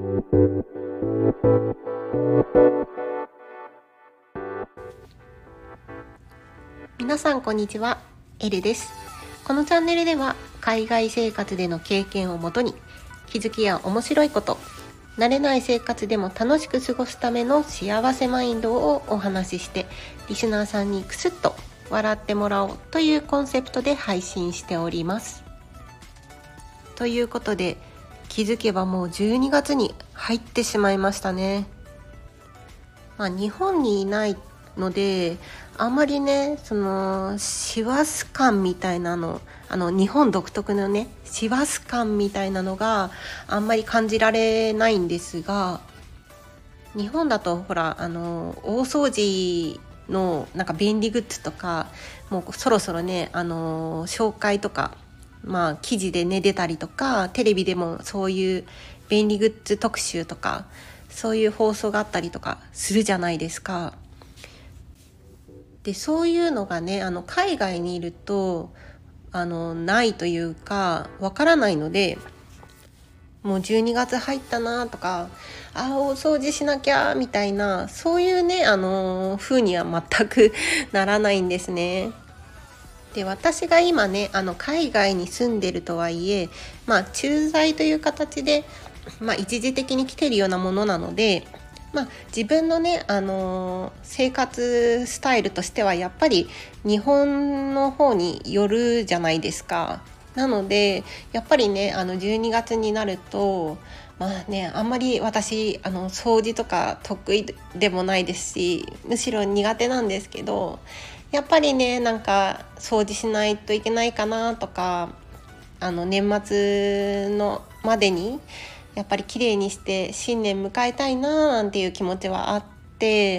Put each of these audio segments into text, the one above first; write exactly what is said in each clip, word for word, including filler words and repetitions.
皆さんこんにちは、エルです。このチャンネルでは海外生活での経験をもとに気づきや面白いこと、慣れない生活でも楽しく過ごすための幸せマインドをお話しして、リスナーさんにクスッと笑ってもらおうというコンセプトで配信しております。ということで、気づけばもうじゅうにがつに入ってしまいましたね。まあ、日本にいないのであまりね、その師走感みたいなの、あの日本独特のね師走感みたいなのがあんまり感じられないんですが、日本だとほらあの大掃除のなんか便利グッズとかもうそろそろね、あの紹介とか、まあ記事でね出たりとか、テレビでもそういう便利グッズ特集とかそういう放送があったりとかするじゃないですか。でそういうのがね、あの海外にいるとあのないというかわからないので、もうじゅうにがつ入ったなとか、あ大掃除しなきゃみたいな、そういうねあの風には全くならないんですね。で私が今ねあの海外に住んでるとはいえ、まあ駐在という形で、まあ、一時的に来てるようなものなので、まあ、自分のね、あのー生活スタイルとしてはやっぱり日本の方によるじゃないですか。なのでやっぱりねあのじゅうにがつになると、まあね、あんまり私あの掃除とか得意でもないですし、むしろ苦手なんですけど、やっぱりねなんか掃除しないといけないかなとか、あの年末のまでにやっぱり綺麗にして新年迎えたいななんていう気持ちはあって、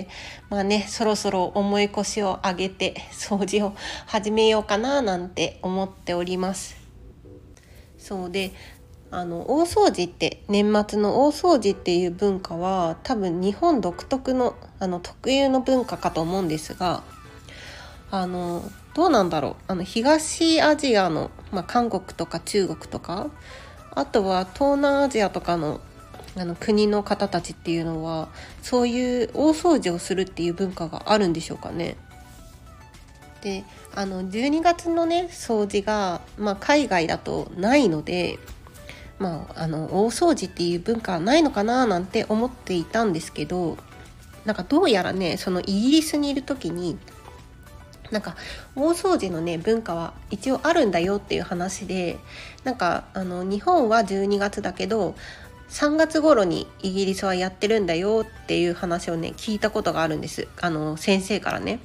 まあねそろそろ重い腰を上げて掃除を始めようかななんて思っております。そうで、あの大掃除って、年末の大掃除っていう文化は多分日本独特のあの特有の文化かと思うんですが、あのどうなんだろう、あの東アジアの、まあ、韓国とか中国とか、あとは東南アジアとかの、あの国の方たちっていうのはそういう大掃除をするっていう文化があるんでしょうかね。であのじゅうにがつのね掃除が、まあ、海外だとないので、まあ、あの大掃除っていう文化はないのかななんて思っていたんですけど、なんかどうやらねそのイギリスにいる時になんか大掃除のね文化は一応あるんだよっていう話で、なんかあの日本はじゅうにがつだけどさんがつ頃にイギリスはやってるんだよっていう話をね聞いたことがあるんです。あの先生からね。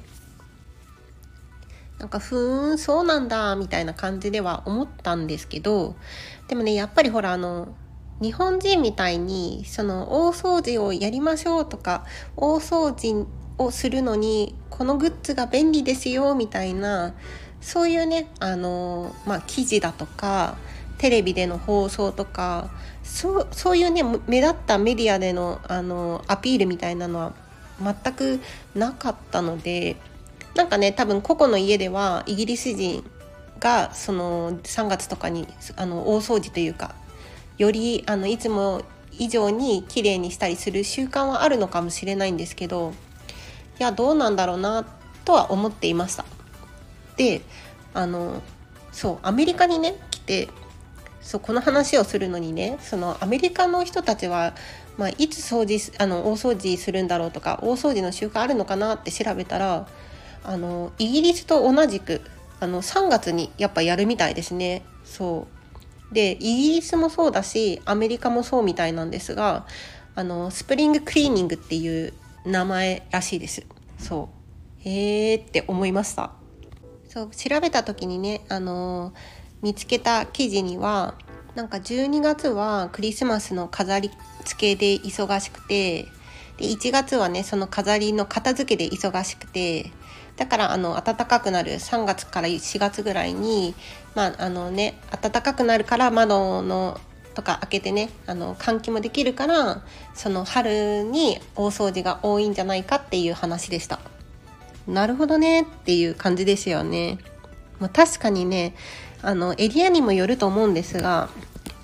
なんかふーんそうなんだみたいな感じでは思ったんですけど、でもねやっぱりほらあの日本人みたいにその大掃除をやりましょうとか、大掃除をするのにこのグッズが便利ですよみたいな、そういうねあの、まあ、記事だとかテレビでの放送とか、そう、そういうね目立ったメディアでの、あのアピールみたいなのは全くなかったので、なんかね多分個々の家ではイギリス人がそのさんがつとかにあの大掃除というか、よりあのいつも以上に綺麗にしたりする習慣はあるのかもしれないんですけど、いやどうなんだろうなとは思っていました。であのそうアメリカにね来て、そうこの話をするのにね、そのアメリカの人たちは、まあ、いつ掃除あの大掃除するんだろうとか、大掃除の習慣あるのかなって調べたら、あのイギリスと同じくあのさんがつにやっぱやるみたいですね。そうでイギリスもそうだしアメリカもそうみたいなんですが、あのスプリングクリーニングっていう名前らしいです。そうへーって思いました。そう調べた時にね、あの見つけた記事には、なんかじゅうにがつはクリスマスの飾り付けで忙しくて、でいちがつはねその飾りの片付けで忙しくて、だからあの暖かくなるさんがつからしがつぐらいに、まああのね暖かくなるから窓のとか開けてね、あの換気もできるから、その春に大掃除が多いんじゃないかっていう話でした。なるほどねっていう感じですよね。まあ、確かにねあのエリアにもよると思うんですが、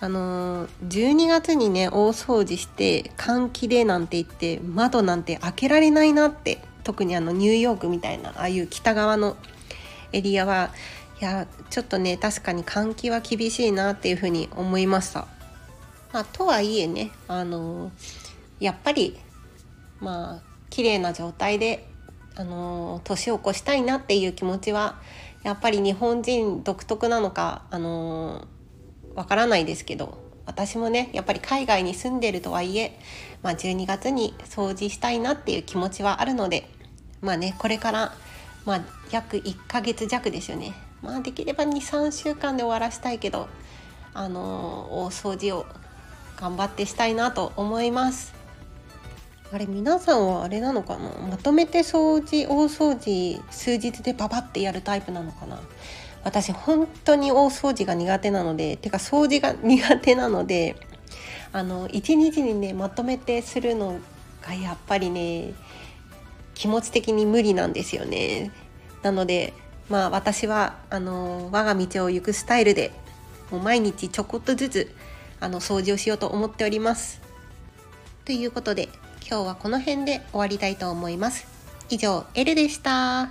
あのー、じゅうにがつにね大掃除して換気でなんて言って窓なんて開けられないなって、特にあのニューヨークみたいなああいう北側のエリアはいやちょっとね確かに換気は厳しいなっていうふうに思いました。まあ、とはいえね、あのー、やっぱりまあ綺麗な状態であのー、年を越したいなっていう気持ちはやっぱり日本人独特なのかあのー、わからないですけど、私もねやっぱり海外に住んでるとはいえ、まあ、じゅうにがつに掃除したいなっていう気持ちはあるので、まあねこれから、まあ、約いっかげつ弱ですよね。まあできれば にさんしゅうかんで終わらしたいけど、あのー、大掃除を頑張ってしたいなと思います。あれ皆さんはあれなのかな、まとめて掃除大掃除数日でパパってやるタイプなのかな。私本当に大掃除が苦手なので、てか掃除が苦手なので、あの一日にねまとめてするのがやっぱりね気持ち的に無理なんですよね。なのでまあ私はあの我が道を行くスタイルでもう毎日ちょこっとずつあの掃除をしようと思っております。ということで今日はこの辺で終わりたいと思います。以上、エルでした。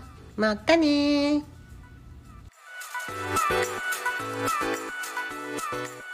またね。